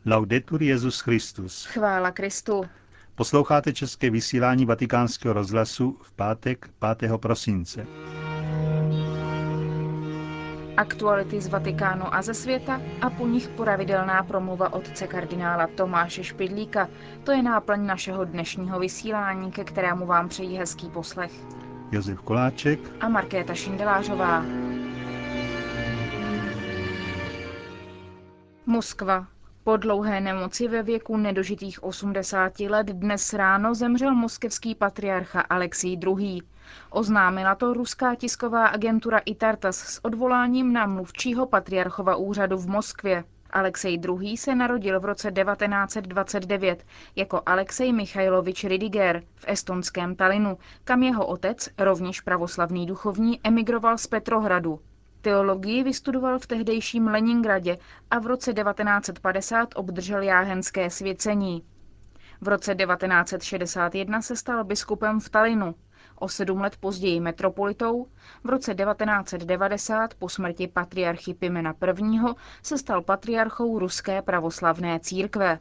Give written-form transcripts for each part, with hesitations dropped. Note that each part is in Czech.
Laudetur Jesus Christus. Chvála Kristu. Posloucháte české vysílání Vatikánského rozhlasu v pátek 5. prosince. Aktuality z Vatikánu a ze světa a po nich pravidelná promluva otce kardinála Tomáše Špidlíka. To je náplň našeho dnešního vysílání, ke kterému vám přejí hezký poslech. Josef Koláček a Markéta Šindelářová. Moskva. Po dlouhé nemoci ve věku nedožitých 80 let dnes ráno zemřel moskevský patriarcha Alexij II. Oznámila to ruská tisková agentura Itartas s odvoláním na mluvčího patriarchova úřadu v Moskvě. Alexej II. Se narodil v roce 1929 jako Alexej Michajlovič Ridiger v estonském Tallinnu, kam jeho otec, rovněž pravoslavný duchovní, emigroval z Petrohradu. Teologii vystudoval v tehdejším Leningradě a v roce 1950 obdržel jáhenské svěcení. V roce 1961 se stal biskupem v Tallinnu, o 7 let později metropolitou, v roce 1990 po smrti patriarchy Pimena I. Se stal patriarchou Ruské pravoslavné církve.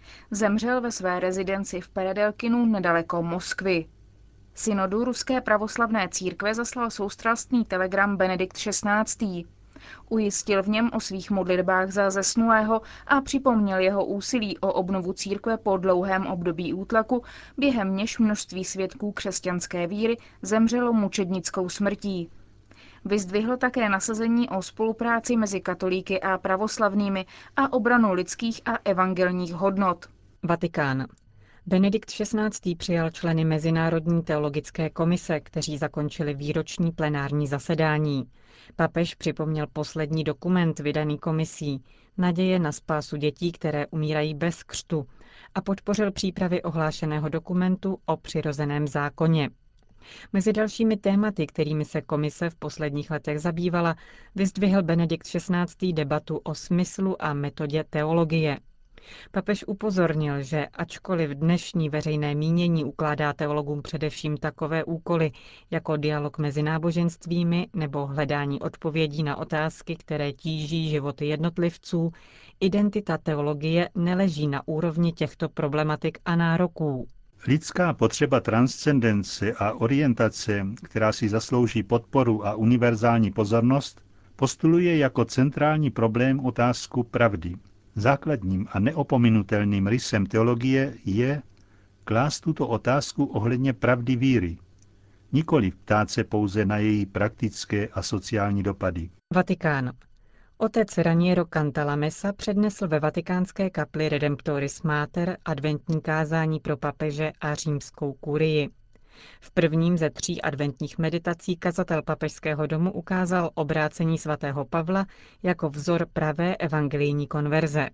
Zemřel ve své rezidenci v Peredelkinu nedaleko Moskvy. Synodu Ruské pravoslavné církve zaslal soustrastný telegram Benedikt XVI. Ujistil v něm o svých modlitbách za zesnulého a připomněl jeho úsilí o obnovu církve po dlouhém období útlaku, během něž množství svědků křesťanské víry zemřelo mučednickou smrtí. Vyzdvihl také nasazení o spolupráci mezi katolíky a pravoslavnými a obranu lidských a evangelních hodnot. Vatikán. Benedikt XVI. Přijal členy Mezinárodní teologické komise, kteří zakončili výroční plenární zasedání. Papež připomněl poslední dokument vydaný komisí, Naděje na spásu dětí, které umírají bez křtu, a podpořil přípravy ohlášeného dokumentu o přirozeném zákoně. Mezi dalšími tématy, kterými se komise v posledních letech zabývala, vyzdvihl Benedikt XVI. Debatu o smyslu a metodě teologie. Papež upozornil, že ačkoliv dnešní veřejné mínění ukládá teologům především takové úkoly jako dialog mezi náboženstvími nebo hledání odpovědí na otázky, které tíží životy jednotlivců, identita teologie neleží na úrovni těchto problematik a nároků. Lidská potřeba transcendence a orientace, která si zaslouží podporu a univerzální pozornost, postuluje jako centrální problém otázku pravdy. Základním a neopominutelným rysem teologie je klást tuto otázku ohledně pravdy víry, nikoli ptát se pouze na její praktické a sociální dopady. Vatikán. Otec Raniero Cantalamessa přednesl ve vatikánské kapli Redemptoris Mater adventní kázání pro papeže a římskou kurii. V prvním ze 3 adventních meditací kazatel papežského domu ukázal obrácení svatého Pavla jako vzor pravé evangelijní konverze.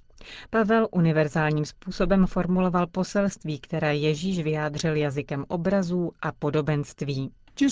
Pavel univerzálním způsobem formuloval poselství, které Ježíš vyjádřil jazykem obrazů a podobenství.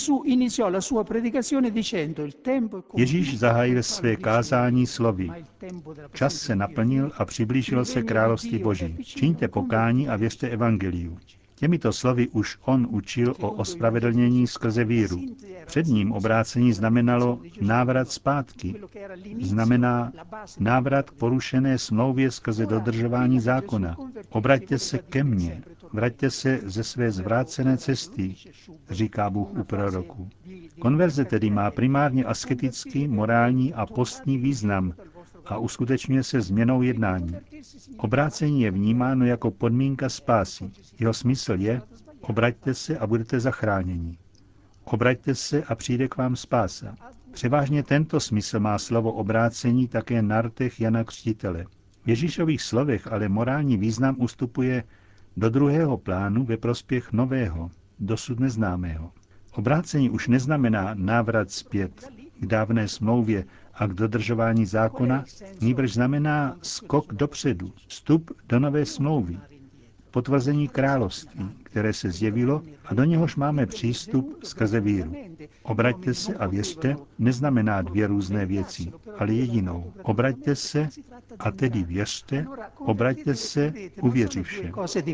Ježíš zahájil své kázání slovy. Čas se naplnil a přiblížilo se království Boží. Čiňte pokání a věřte evangeliu. Těmito slovy už on učil o ospravedlnění skrze víru. Před ním obrácení znamenalo návrat zpátky. Znamená návrat k porušené smlouvě skrze dodržování zákona. Obraťte se ke mně, vraťte se ze své zvrácené cesty, říká Bůh u proroků. Konverze tedy má primárně asketický, morální a postní význam a uskutečňuje se změnou jednání. Obrácení je vnímáno jako podmínka spásy. Jeho smysl je, obraťte se a budete zachráněni. Obraťte se a přijde k vám spása. Převážně tento smysl má slovo obrácení také na rtech Jana Křtitele. V Ježíšových slovech ale morální význam ustupuje do druhého plánu ve prospěch nového, dosud neznámého. Obrácení už neznamená návrat zpět k dávné smlouvě a k dodržování zákona, nýbrž znamená skok dopředu, vstup do nové smlouvy, potvrzení království, které se zjevilo a do něhož máme přístup skrze víru. Obraťte se a věřte neznamená 2 různé věci, ale jedinou. Obraťte se a tedy věřte, obraťte se uvěřivše.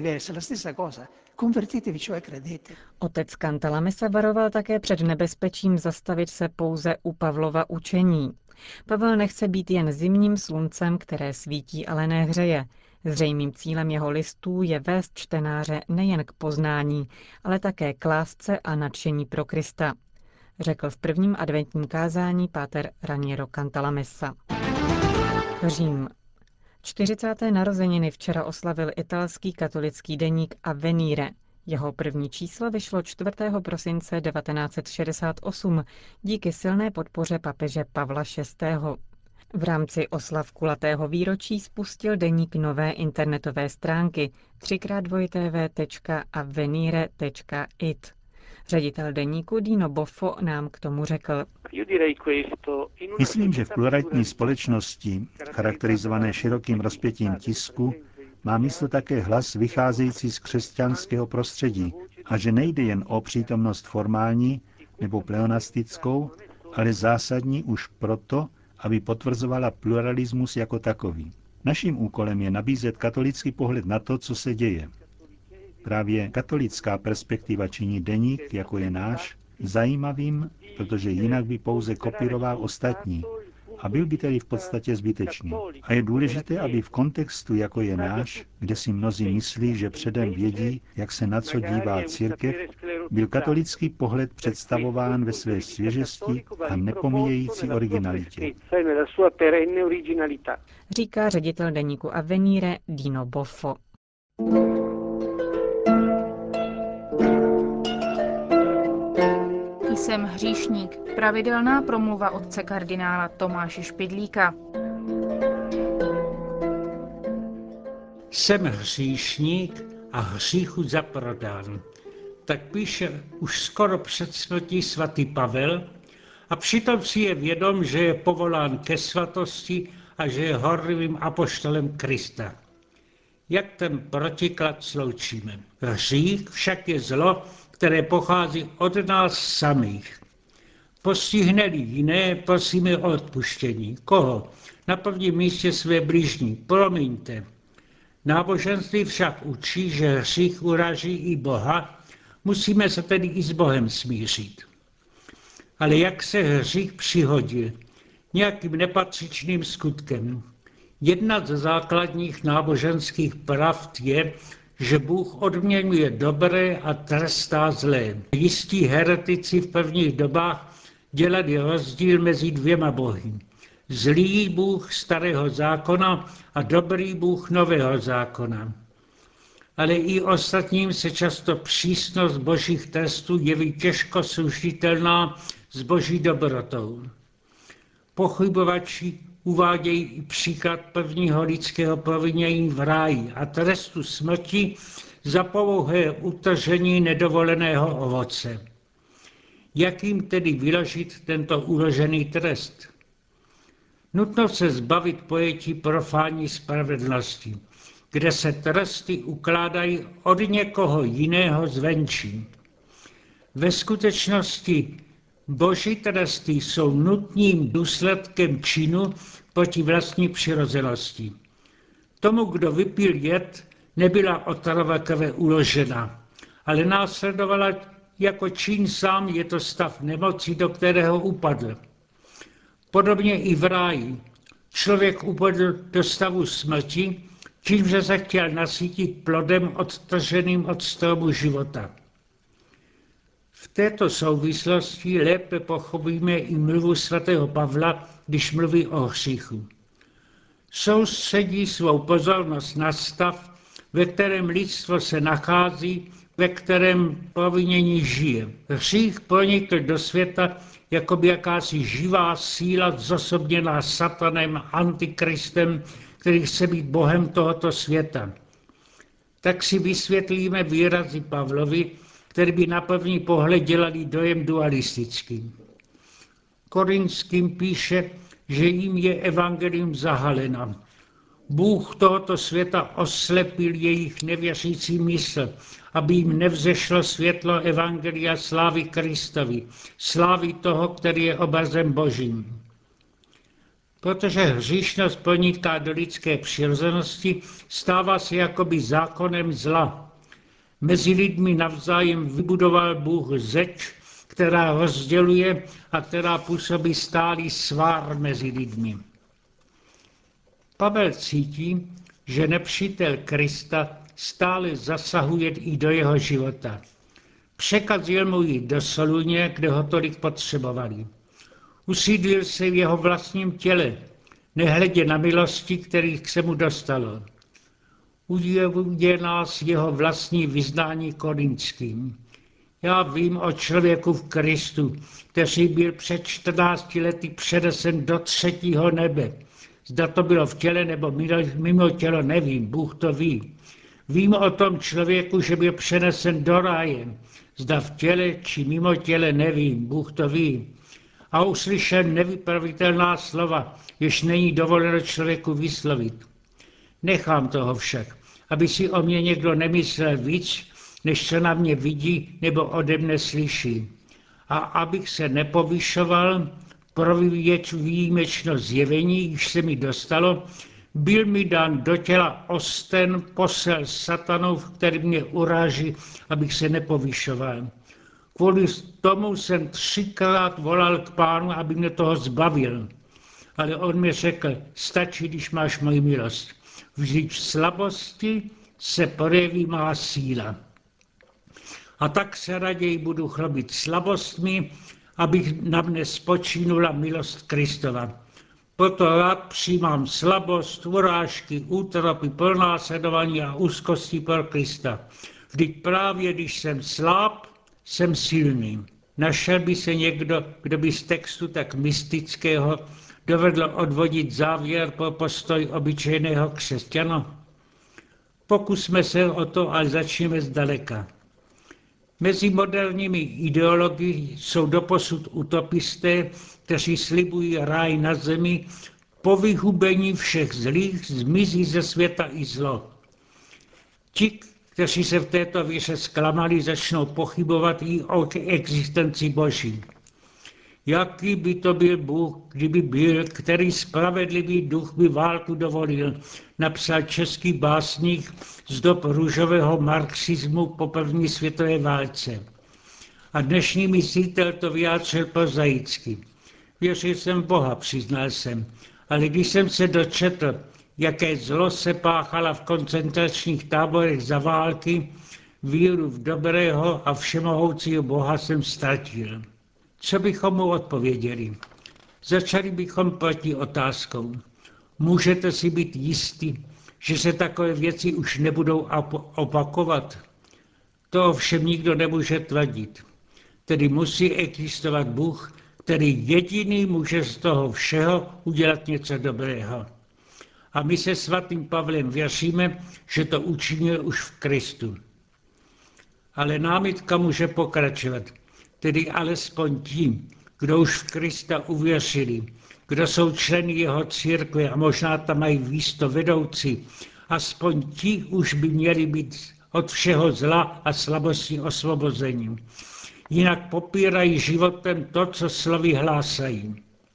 Otec Cantalamessa varoval také před nebezpečím zastavit se pouze u Pavlova učení. Pavel nechce být jen zimním sluncem, které svítí, ale nehřeje. Zřejmým cílem jeho listů je vést čtenáře nejen k poznání, ale také k lásce a nadšení pro Krista, řekl v prvním adventním kázání páter Raniero Cantalamessa. Řím. 40. narozeniny včera oslavil italský katolický deník Avvenire. Jeho první číslo vyšlo 4. prosince 1968 díky silné podpoře papeže Pavla VI. V rámci oslav kulatého výročí spustil deník nové internetové stránky www.avvenire.it. Ředitel deníku Dino Boffo nám k tomu řekl. Myslím, že v pluralitní společnosti, charakterizované širokým rozpětím tisku, má místo také hlas vycházející z křesťanského prostředí a že nejde jen o přítomnost formální nebo pleonastickou, ale zásadní už proto, aby potvrzovala pluralismus jako takový. Naším úkolem je nabízet katolický pohled na to, co se děje. Právě katolická perspektiva činí deník, jako je náš, zajímavým, protože jinak by pouze kopíroval ostatní a byl by tedy v podstatě zbytečný. A je důležité, aby v kontextu, jako je náš, kde si mnozí myslí, že předem vědí, jak se na co dívá církev, byl katolický pohled představován ve své svěžesti a nepomíjející originalitě. Říká ředitel deníku Avvenire Dino Boffo. Jsem hříšník. Pravidelná promluva otce kardinála Tomáše Špidlíka. Jsem hříšník a hříchu zaprodán. Tak píše už skoro před smrtí svatý Pavel a přitom si je vědom, že je povolán ke svatosti a že je horlivým apoštolem Krista. Jak ten protiklad sloučíme? Hřích však je zlo, které pochází od nás samých. Postihne-li jiné, prosíme o odpuštění. Koho? Na prvním místě své bližní. Promiňte. Náboženství však učí, že hřích uráží i Boha, musíme se tedy i s Bohem smířit. Ale jak se hřích přihodil? Nějakým nepatřičným skutkem. Jedna ze základních náboženských pravd je, že Bůh odměňuje dobré a trestá zlé. Jistí heretici v prvních dobách dělali rozdíl mezi dvěma bohy. Zlý Bůh starého zákona a dobrý Bůh nového zákona. Ale i ostatním se často přísnost božích trestů jeví těžko slučitelná s boží dobrotou. Pochybovači uvádějí i příklad prvního lidského provinění v ráji a trestu smrti za pouhé utržení nedovoleného ovoce. Jak jim tedy vyložit tento uložený trest? Nutno se zbavit pojetí profánní spravedlnosti, kde se tresty ukládají od někoho jiného zvenčí. Ve skutečnosti boží tresty jsou nutným důsledkem činu proti vlastní přirozenosti. Tomu, kdo vypil jed, nebyla otrava krve uložena, ale následovala jako čin sám, je to stav nemoci, do kterého upadl. Podobně i v ráji. Člověk upadl do stavu smrti, tím, že se chtěl nasytit plodem odtrženým od stromu života. V této souvislosti lépe pochopíme i mluvu svatého Pavla, když mluví o hříchu. Soustředí svou pozornost na stav, ve kterém lidstvo se nachází, ve kterém provinění žije. Hřích pronikl do světa jakoby jakási živá síla zosobněná satanem, antikristem, který chce být bohem tohoto světa. Tak si vysvětlíme výrazy Pavlovi, které by na první pohled dělali dojem dualistický. Korinským píše, že jim je evangelium zahaleno. Bůh tohoto světa oslepil jejich nevěřící mysl, aby jim nevzešlo světlo evangelia slávy Kristovi, slávy toho, který je obrazem Božím. Protože hříšnost proniká do lidské přirozenosti, stává se jakoby zákonem zla. Mezi lidmi navzájem vybudoval Bůh zeč, která rozděluje a která působí stálý svár mezi lidmi. Pavel cítí, že nepřítel Krista stále zasahuje i do jeho života. Překazil mu jít do Soluně, kde ho tolik potřebovali. Usídlil se v jeho vlastním těle, nehledě na milosti, kterých se mu dostalo. Udivuje nás jeho vlastní vyznání korinským. Já vím o člověku v Kristu, který byl před 14 lety přenesen do 3. nebe. Zda to bylo v těle nebo mimo tělo, nevím, Bůh to ví. Vím o tom člověku, že byl přenesen do ráje. Zda v těle či mimo těle, nevím, Bůh to ví. A uslyšel nevypravitelná slova, jež není dovoleno člověku vyslovit. Nechám toho však, aby si o mě někdo nemyslel víc, než co na mě vidí nebo ode mne slyší. A abych se nepovyšoval, pro výjimečno zjevení, již se mi dostalo, byl mi dán do těla osten posel satanův, který mě uráží, abych se nepovyšoval. Kvůli tomu jsem 3krát volal k Pánu, aby mě toho zbavil. Ale on mi řekl, stačí, když máš moji milost. Vždyť v slabosti se projeví má síla. A tak se raději budu chlubit slabostmi, abych na mne spočínula milost Kristova. Proto rád přijímám slabost, urážky, útrapy, pronásledování a úzkosti pro Krista. Vždyť právě když jsem slab, jsem silný. Našel by se někdo, kdo by z textu tak mystického dovedl odvodit závěr pro postoj obyčejného křesťana? Pokusme se o to, ale začneme zdaleka. Mezi moderními ideology jsou doposud utopisté, kteří slibují ráj na zemi, po vyhubení všech zlých zmizí ze světa i zlo. Ti, kteří se v této víře zklamali, začnou pochybovat i o existenci Boží. Jaký by to byl Bůh, kdyby byl, který spravedlivý duch by válku dovolil, napsal český básník z dob růžového marxismu po první světové válce. A dnešní myslitel to vyjádřil prozaicky. Věřil jsem v Boha, přiznal jsem, ale když jsem se dočetl, jaké zlo se páchala v koncentračních táborech za války, víru v dobrého a všemohoucího Boha jsem ztratil. Co bychom mu odpověděli? Začali bychom proti otázkou. Můžete si být jistí, že se takové věci už nebudou opakovat? To ovšem nikdo nemůže tvrdit. Tedy musí existovat Bůh, který jediný může z toho všeho udělat něco dobrého. A my se svatým Pavlem věříme, že to učinil už v Kristu. Ale námitka může pokračovat. Tedy alespoň tím, kdo už v Krista uvěřili, kdo jsou členy jeho církve a možná tam mají místo vedoucí, aspoň ti už by měli být od všeho zla a slabosti osvobození. Jinak popírají životem to, co slovy hlásají.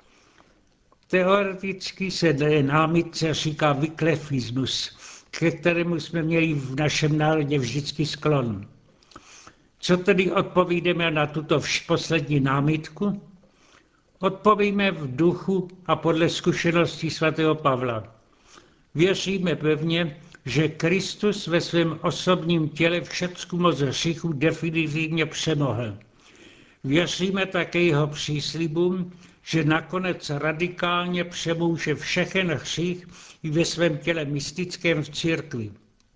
Teoreticky se dle námitce říká vyklefismus, ke kterému jsme měli v našem národě vždycky sklon. Co tedy odpovídáme na tuto poslední námitku? Odpovíme v duchu a podle zkušeností svatého Pavla. Věříme pevně, že Kristus ve svém osobním těle všecku moc hříchů definitivně přemohl. Věříme také jeho příslibům, že nakonec radikálně přemůže všechen hřích i ve svém těle mystickém v církvi.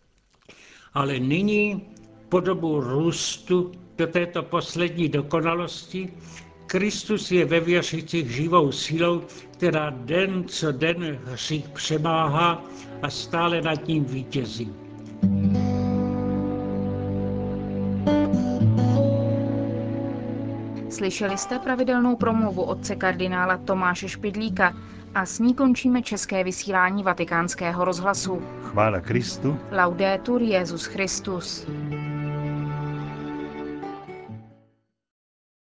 Ale nyní, po dobu růstu do této poslední dokonalosti, Kristus je ve věřících živou silou, která den co den hřích přemáhá a stále nad ním vítězí. Slyšeli jste pravidelnou promluvu otce kardinála Tomáše Špidlíka a s ní končíme české vysílání Vatikánského rozhlasu. Chvála Kristu. Laudetur Jesus Christus.